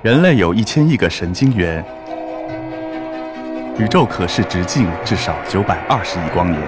人类有1000亿个神经元，宇宙可视直径至少920亿光年。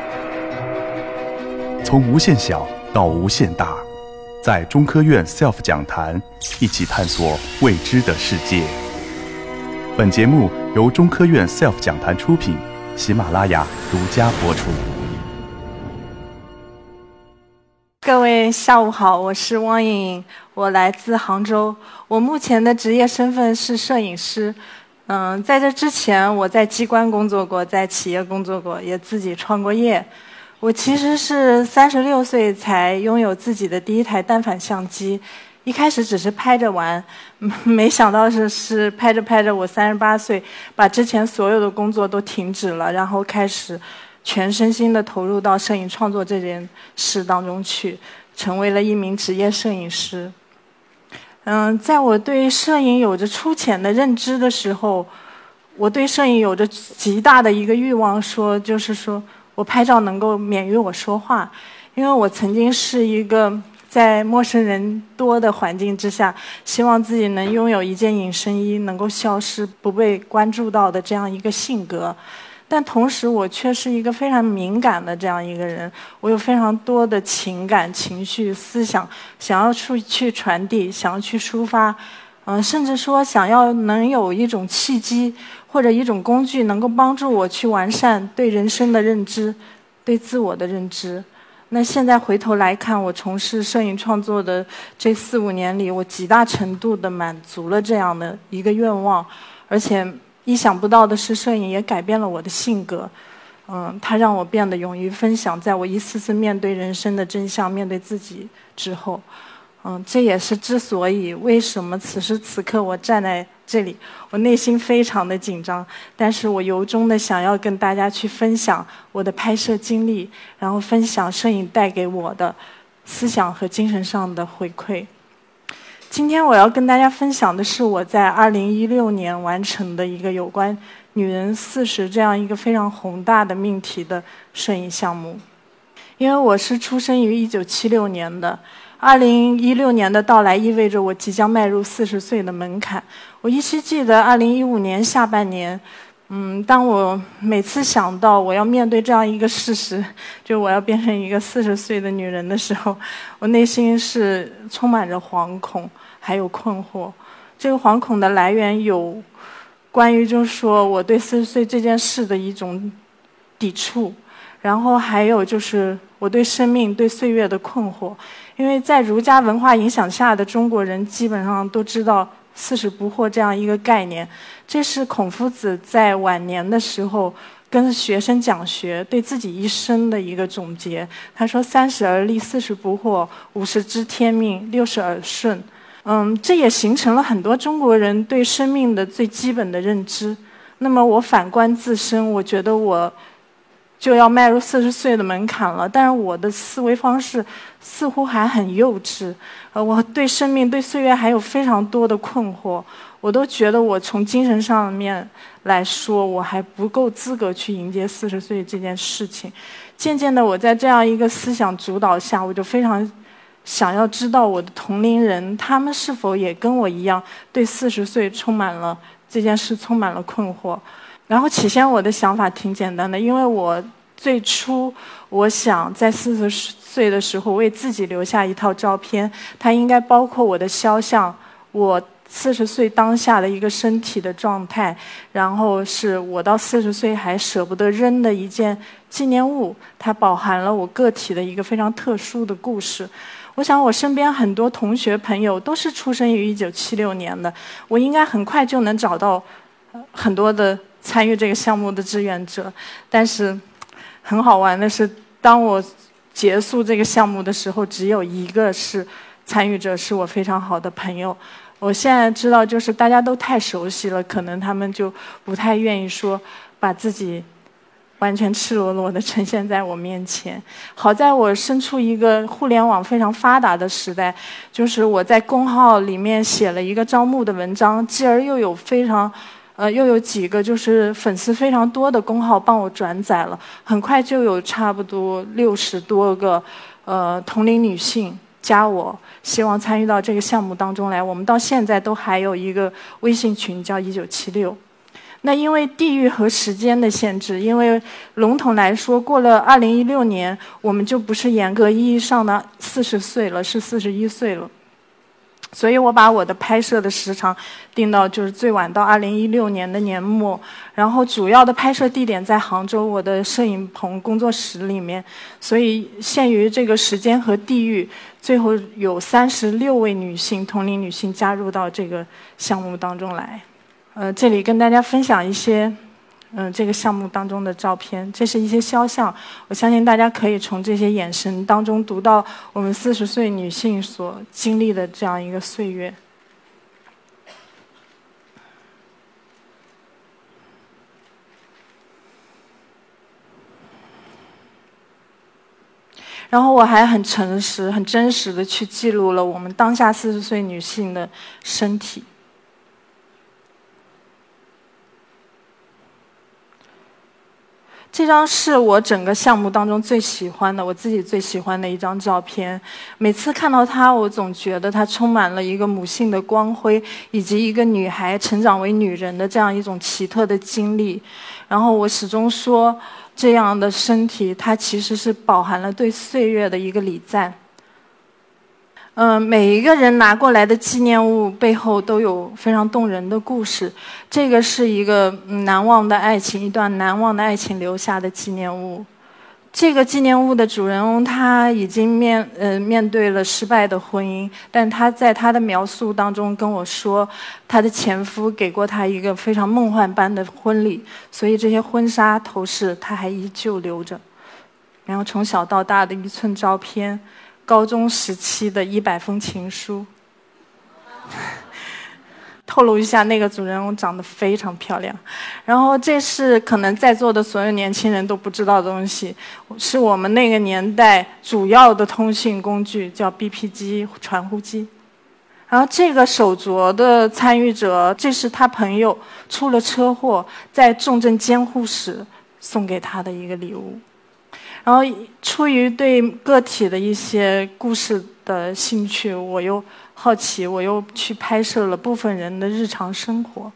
从无限小到无限大，在中科院 SELF 讲坛一起探索未知的世界。本节目由中科院 SELF 讲坛出品，喜马拉雅独家播出。 各位下午好，我是汪颖颖，我来自杭州。我目前的职业身份是摄影师。在这之前，我在机关工作过，在企业工作过，也自己创过业。我其实是36岁才拥有自己的第一台单反相机，一开始只是拍着玩，没想到是拍着拍着，我38岁把之前所有的工作都停止了，然后开始全身心的投入到摄影创作这件事当中去，成为了一名职业摄影师。在我对摄影有着粗浅的认知的时候，我对摄影有着极大的一个欲望，就是说我拍照能够免于我说话，因为我曾经是一个在陌生人多的环境之下，希望自己能拥有一件隐身衣，能够消失不被关注到的这样一个性格。但同时我却是一个非常敏感的这样一个人，我有非常多的情感、情绪、思想想要去传递，想要去抒发，甚至说想要能有一种契机或者一种工具能够帮助我去完善对人生的认知，对自我的认知。那现在回头来看，我从事摄影创作的这4、5年里，我极大程度地满足了这样的一个愿望，而且意想不到的是，摄影也改变了我的性格。它让我变得勇于分享，在我一次次面对人生的真相、面对自己之后，这也是为什么此时此刻我站在这里，我内心非常的紧张，但是我由衷的想要跟大家去分享我的拍摄经历，然后分享摄影带给我的思想和精神上的回馈。今天我要跟大家分享的是我在2016年完成的一个有关女人40这样一个非常宏大的命题的摄影项目。因为我是出生于1976年的，2016年的到来意味着我即将迈入40岁的门槛。我依稀记得2015年下半年，当我每次想到我要面对这样一个事实，就我要变成一个40岁的女人的时候，我内心是充满着惶恐还有困惑。这个惶恐的来源有关于就是说我对40岁这件事的一种抵触，然后还有就是我对生命对岁月的困惑。因为在儒家文化影响下的中国人基本上都知道40不惑这样一个概念，这是孔夫子在晚年的时候跟学生讲学，对自己一生的一个总结。他说：“30而立，40不惑，50知天命，60耳顺。”这也形成了很多中国人对生命的最基本的认知。那么我反观自身，我觉得我就要迈入40岁的门槛了，但是我的思维方式似乎还很幼稚，我对生命对岁月还有非常多的困惑，我都觉得我从精神上面来说，我还不够资格去迎接40岁这件事情。渐渐的，我在这样一个思想主导下，我就非常想要知道我的同龄人，他们是否也跟我一样对40岁这件事充满了困惑。然后起先我的想法挺简单的，因为我最初我想在40岁的时候为自己留下一套照片，它应该包括我的肖像，我40岁当下的一个身体的状态，然后是我到40岁还舍不得扔的一件纪念物，它饱含了我个体的一个非常特殊的故事。我想我身边很多同学朋友都是出生于1976年的，我应该很快就能找到很多的参与这个项目的志愿者。但是很好玩的是，当我结束这个项目的时候，只有一个是参与者，是我非常好的朋友。我现在知道，就是大家都太熟悉了，可能他们就不太愿意说把自己完全赤裸裸地呈现在我面前。好在我身处一个互联网非常发达的时代，就是我在公号里面写了一个招募的文章，继而又有几个就是粉丝非常多的公号帮我转载了，很快就有差不多60多个同龄女性加我，希望参与到这个项目当中来。我们到现在都还有一个微信群叫1976。那因为地域和时间的限制，因为笼统来说，过了2016年，我们就不是严格意义上的40岁了，是41岁了。所以我把我的拍摄的时长定到就是最晚到2016年的年末，然后主要的拍摄地点在杭州我的摄影棚工作室里面，所以限于这个时间和地域，最后有36位女性同龄女性加入到这个项目当中来。这里跟大家分享一些这个项目当中的照片，这是一些肖像，我相信大家可以从这些眼神当中读到我们40岁女性所经历的这样一个岁月。然后我还很诚实、很真实的去记录了我们当下40岁女性的身体。这张是我整个项目当中最喜欢的，我自己最喜欢的一张照片。每次看到它，我总觉得它充满了一个母性的光辉，以及一个女孩成长为女人的这样一种奇特的经历。然后我始终说，这样的身体，它其实是饱含了对岁月的一个礼赞。每一个人拿过来的纪念物背后都有非常动人的故事。这个是一个难忘的爱情，一段难忘的爱情留下的纪念物。这个纪念物的主人翁他已经面对了失败的婚姻，但他在他的描述当中跟我说，他的前夫给过他一个非常梦幻般的婚礼，所以这些婚纱头饰他还依旧留着。然后从小到大的1寸照片。高中时期的100封情书，透露一下，那个主人翁长得非常漂亮。然后这是可能在座的所有年轻人都不知道的东西，是我们那个年代主要的通讯工具，叫 BP 机、传呼机。然后这个手镯的参与者，这是他朋友出了车祸，在重症监护室送给他的一个礼物。然后出于对个体的一些故事的兴趣，我又好奇，我又去拍摄了部分人的日常生活。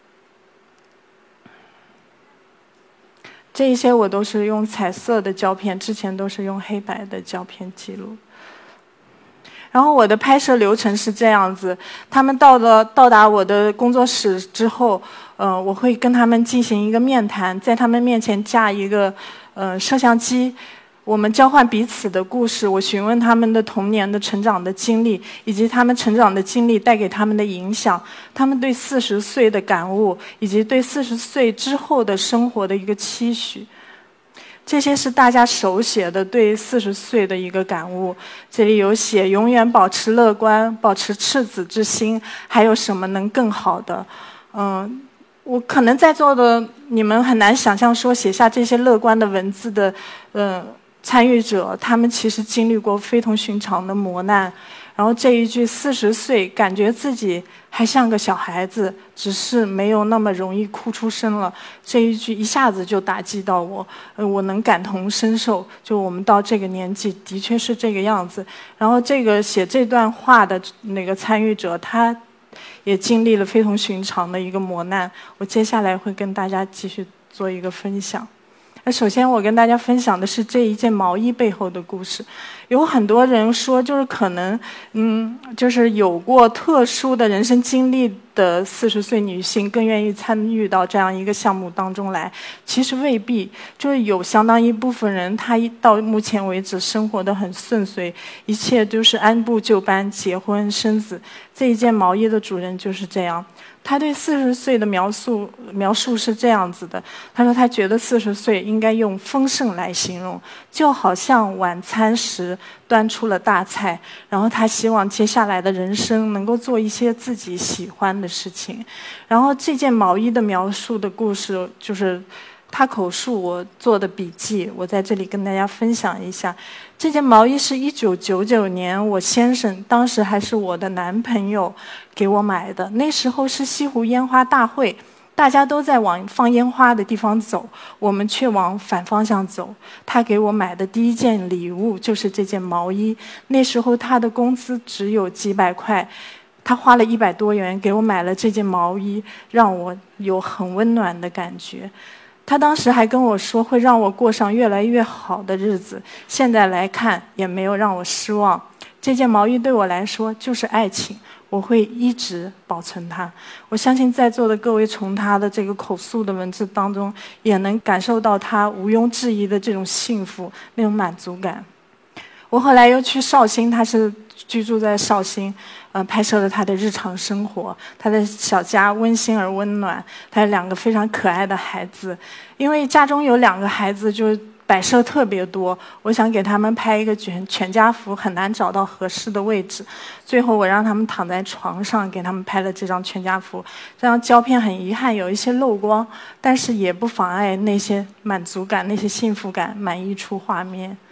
这一些我都是用彩色的胶片，之前都是用黑白的胶片记录。然后我的拍摄流程是这样子，他们到达我的工作室之后，我会跟他们进行一个面谈，在他们面前架一个摄像机，我们交换彼此的故事，我询问他们的童年的成长的经历，以及他们成长的经历带给他们的影响，他们对40岁的感悟，以及对40岁之后的生活的一个期许。这些是大家手写的对40岁的一个感悟，这里有写永远保持乐观，保持赤子之心，还有什么能更好的？我可能在座的你们很难想象说写下这些乐观的文字的参与者，他们其实经历过非同寻常的磨难。然后这一句40岁，感觉自己还像个小孩子，只是没有那么容易哭出声了。这一句一下子就打击到我，我能感同身受。就我们到这个年纪，的确是这个样子。然后这个写这段话的那个参与者，他也经历了非同寻常的一个磨难。我接下来会跟大家继续做一个分享。首先我跟大家分享的是这一件毛衣背后的故事。有很多人说，就是可能就是有过特殊的人生经历的40岁女性更愿意参与到这样一个项目当中来。其实未必，就是有相当一部分人，她到目前为止生活得很顺遂，一切就是按部就班，结婚生子。这一件毛衣的主人就是这样。他对40岁的描述是这样子的，他说他觉得40岁应该用丰盛来形容，就好像晚餐时端出了大菜，然后他希望接下来的人生能够做一些自己喜欢的事情。然后这件毛衣的描述的故事就是他口述我做的笔记，我在这里跟大家分享一下。这件毛衣是1999年我先生，当时还是我的男朋友给我买的。那时候是西湖烟花大会， 大家都在往放烟花的地方走，我们却往反方向走。他给我买的第一件礼物就是这件毛衣，那时候他的工资只有几百块，他花了100多元给我买了这件毛衣，让我有很温暖的感觉。他当时还跟我说会让我过上越来越好的日子，现在来看也没有让我失望。这件毛衣对我来说就是爱情，我会一直保存它。我相信在座的各位从他的这个口述的文字当中，也能感受到他毋庸置疑的这种幸福，那种满足感。我后来又去绍兴，他是居住在绍兴，拍摄了他的日常生活。他的小家温馨而温暖，他有2个非常可爱的孩子。因为家中有2个孩子，就摆设特别多，我想给他们拍一个全家福，很难找到合适的位置。最后我让他们躺在床上，给他们拍了这张全家福。这张胶片很遗憾有一些漏光，但是也不妨碍那些满足感、那些幸福感满溢出画面。